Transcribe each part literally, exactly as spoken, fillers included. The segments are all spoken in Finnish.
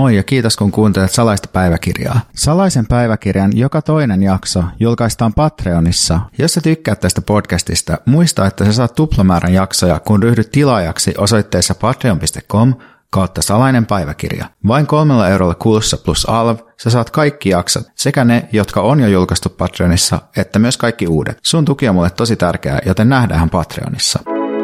Moi ja kiitos kun kuuntelet Salaista päiväkirjaa. Salaisen päiväkirjan joka toinen jakso julkaistaan Patreonissa. Jos sä tykkäät tästä podcastista, muista, että sä saat tuplamäärän jaksoja, kun ryhdyt tilaajaksi osoitteessa patreon piste com kautta salainen päiväkirja. Vain kolmella eurolla kuussa plus alv sä saat kaikki jaksot, sekä ne, jotka on jo julkaistu Patreonissa, että myös kaikki uudet. Sun tuki on mulle tosi tärkeää, joten nähdään Patreonissa.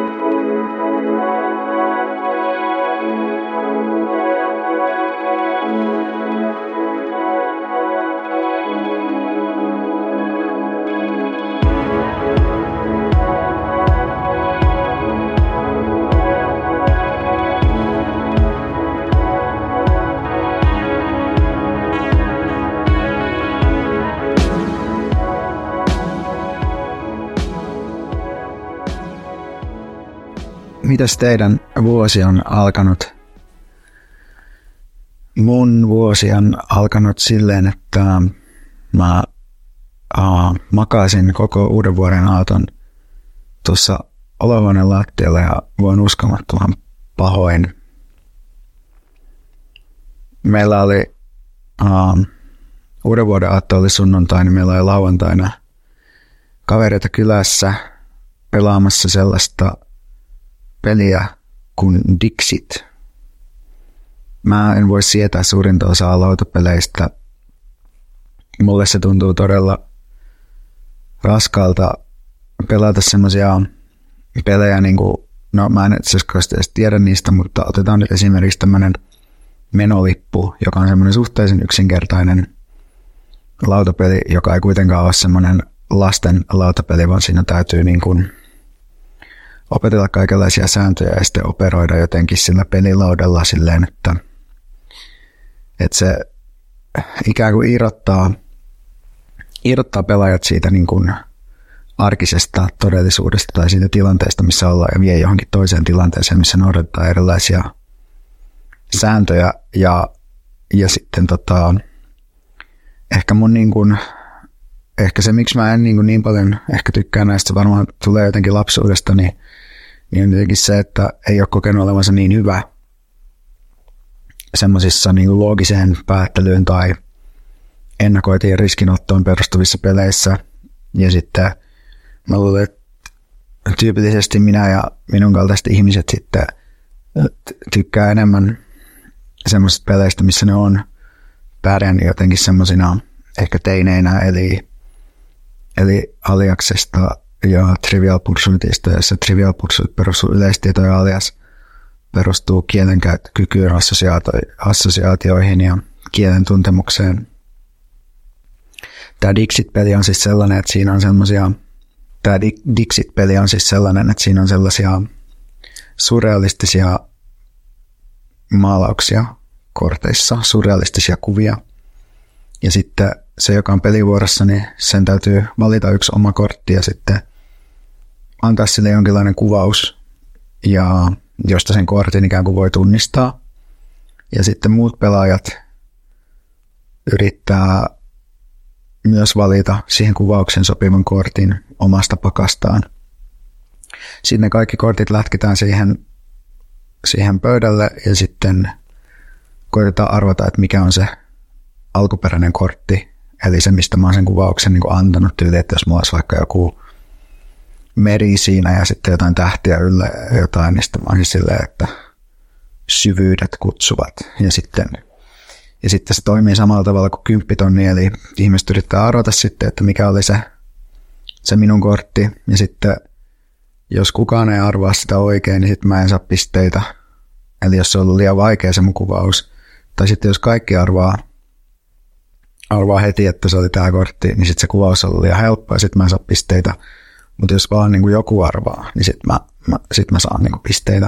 Mitäs teidän vuosi on alkanut? Mun vuosi on alkanut silleen, että mä uh, makasin koko uuden vuoden aaton tuossa olohuoneen lattialla ja voin uskomattoman pahoin. Meillä oli uh, uuden vuoden aatto oli sunnuntai, niin meillä oli lauantaina kavereita kylässä pelaamassa sellaista peliä kuin Dixit. Mä en voi sietää suurinta osaa lautapeleistä. Mulle se tuntuu todella raskalta pelata semmosia pelejä, niin kuin, no mä en itse asiassa edes tiedä niistä, mutta otetaan nyt esimerkiksi tämmönen menolippu, joka on semmoinen suhteellisen yksinkertainen lautapeli, joka ei kuitenkaan ole semmoinen lasten lautapeli, vaan siinä täytyy niin kuin opetella kaikenlaisia sääntöjä ja sitten operoida jotenkin sillä pelilaudalla silleen, että, että se ikään kuin irrottaa, irrottaa pelaajat siitä niin kuin arkisesta todellisuudesta tai siitä tilanteesta, missä ollaan, ja vie johonkin toiseen tilanteeseen, missä noudatetaan erilaisia sääntöjä. Ja, ja sitten tota, ehkä mun niin kuin, ehkä se, miksi mä en niin, kuin niin paljon ehkä tykkää näistä, varmaan tulee jotenkin lapsuudesta, niin niin on jotenkin se, että ei ole kokenut olevansa niin hyvä semmoisissa niin loogiseen päättelyyn tai ennakoitiin riskinottoon perustuvissa peleissä. Ja sitten mä luulen, että tyypillisesti minä ja minun kaltaiset ihmiset sitten tykkää enemmän semmoisista peleistä, missä ne on pärjännyt jotenkin semmoisina ehkä teineinä, eli, eli aliaksesta ja Trivial Pursuitista, jossa Trivial Pursuit perustuu yleistietoja alias perustuu kielenkäyttökykyyn, assosiaatioihin ja kielen tuntemukseen. Tämä Dixit-peli on siis sellainen, että siinä on semmoisia, tämä Dixit-peli on siis sellainen, että siinä on sellaisia surrealistisia maalauksia korteissa, surrealistisia kuvia. Ja sitten se, joka on pelivuorossa, niin sen täytyy valita yksi oma kortti ja sitten antaa sille jonkinlainen kuvaus, ja josta sen kortin ikään kuin voi tunnistaa. Ja sitten muut pelaajat yrittää myös valita siihen kuvauksen sopivan kortin omasta pakastaan. Sitten ne kaikki kortit lätkitään siihen, siihen pöydälle ja sitten koitetaan arvata, että mikä on se alkuperäinen kortti, eli se, mistä mä oon sen kuvauksen niin kuin antanut tyyli, että jos mulla olisi vaikka joku meri siinä ja sitten jotain tähtiä yllä ja jotain, niin sitten mä olisin silleen, että syvyydet kutsuvat. Ja sitten, ja sitten se toimii samalla tavalla kuin kymppitonni, eli ihmiset yrittää arvata sitten, että mikä oli se, se minun kortti. Ja sitten jos kukaan ei arvaa sitä oikein, niin sitten mä en saa pisteitä. Eli jos se on ollut liian vaikea se mun kuvaus. Tai sitten jos kaikki arvaa, arvaa heti, että se oli tämä kortti, niin sitten se kuvaus on ollut liian helppo ja sitten mä en saa pisteitä. Mutta jos vaan niin kuin joku arvaa, niin sitten mä, mä, sit mä saan niin kuin pisteitä.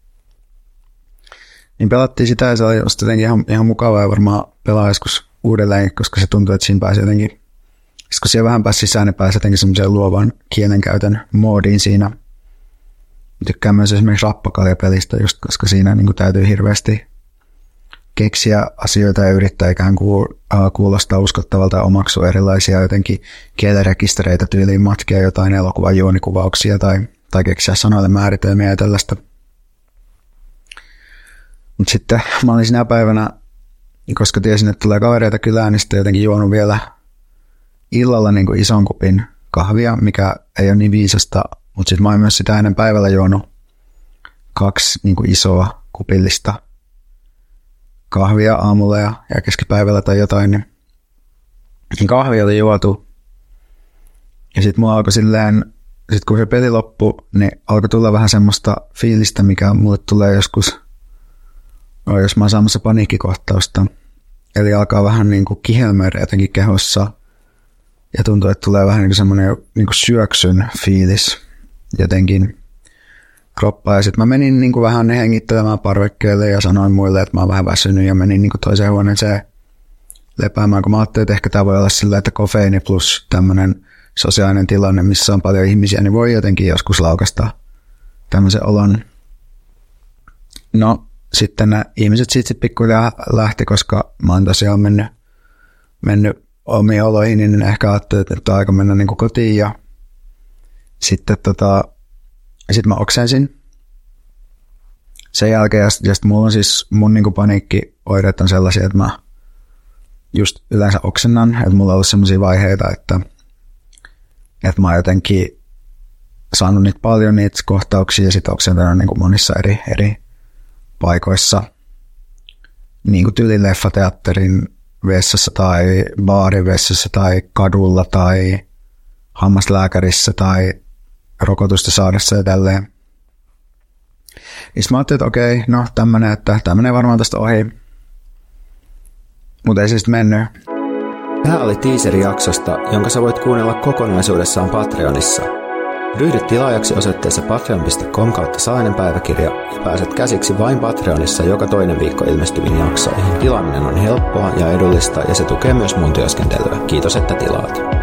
Niin pelattiin sitä ja se oli jotenkin ihan, ihan mukavaa ja varmaan pelaa joskus uudelleen, koska se tuntuu, että siinä pääsi jotenkin, kun siellä vähän pääsi sisään, niin pääsi jotenkin semmoiseen luovan kielenkäytön moodiin siinä. Tykkään myös esimerkiksi rappakaljapelistä, just koska siinä niin kuin täytyy hirveästi keksiä asioita ja yrittää ikään kuin kuulostaa uskottavalta ja omaksua erilaisia jotenkin kielirekistereitä, tyyliin matkia jotain elokuvan juonikuvauksia tai, tai keksiä sanoille määritelmiä ja tällaista. Mutta sitten mä olin sinä päivänä koska tiesin, että tulee kavereita kylään, niin sitten jotenkin juonut vielä illalla niin kuin ison kupin kahvia, mikä ei ole niin viisasta, mutta sitten mä oon myös sitä ennen päivällä juonut kaksi niin kuin isoa kupillista kahvia aamulla ja, ja keskipäivällä tai jotain, niin kahvia oli juotu. Ja sitten mulla alkoi silleen, sit kun se peli loppui, niin alkoi tulla vähän semmoista fiilistä, mikä mulle tulee joskus, no, jos mä oon saamassa paniikkikohtausta. Eli alkaa vähän niin kuin kihelmöidä jotenkin kehossa. Ja tuntuu, että tulee vähän niin kuin semmoinen niin kuin syöksyn fiilis jotenkin kroppaan. Ja sitten mä menin niin kuin vähän hengittelemään parvekkeelle ja sanoin muille, että mä oon vähän väsynyt ja menin niin kuin toiseen huoneeseen lepäämään, kun mä ajattelin, että ehkä tämä voi olla sillä, että kofeiini plus tämmöinen sosiaalinen tilanne, missä on paljon ihmisiä, niin voi jotenkin joskus laukasta tämmöisen olon. No, sitten nämä ihmiset siitä sitten pikkuhiljaa lähti, koska mä oon tosiaan mennyt, mennyt omiin oloihin, niin ehkä ajattelin, että on aika mennä niin kuin kotiin. Ja sitten tota, sit mä oksensin sen jälkeen, ja sitten mulla on siis mun niin kuin paniikkioireet on sellaisia, että mä just yleensä oksennan, että mulla on ollut sellaisia vaiheita, että, että mä oon jotenkin saanut niitä paljon niitä kohtauksia ja sitten oksentanut niin kuin monissa eri, eri paikoissa, niin kuin tyyliin leffateatterin vessassa tai baarin vessassa tai kadulla tai hammaslääkärissä tai rokotusta saadessa ja tälleen. Niin mä ajattelin, että okei, no tämmönen, että tämmönen varmaan tästä ohi. Mutta ei se sitten mennyt. Tämä oli teaseri jaksosta, jonka sä voit kuunnella kokonaisuudessaan Patreonissa. Ryhdy tilaajaksi osoitteessa patreon piste com kautta salainen päiväkirja ja pääset käsiksi vain Patreonissa joka toinen viikko ilmestyviin jaksoihin. Tilaaminen on helppoa ja edullista ja se tukee myös mun työskentelyä. Kiitos, että tilaat.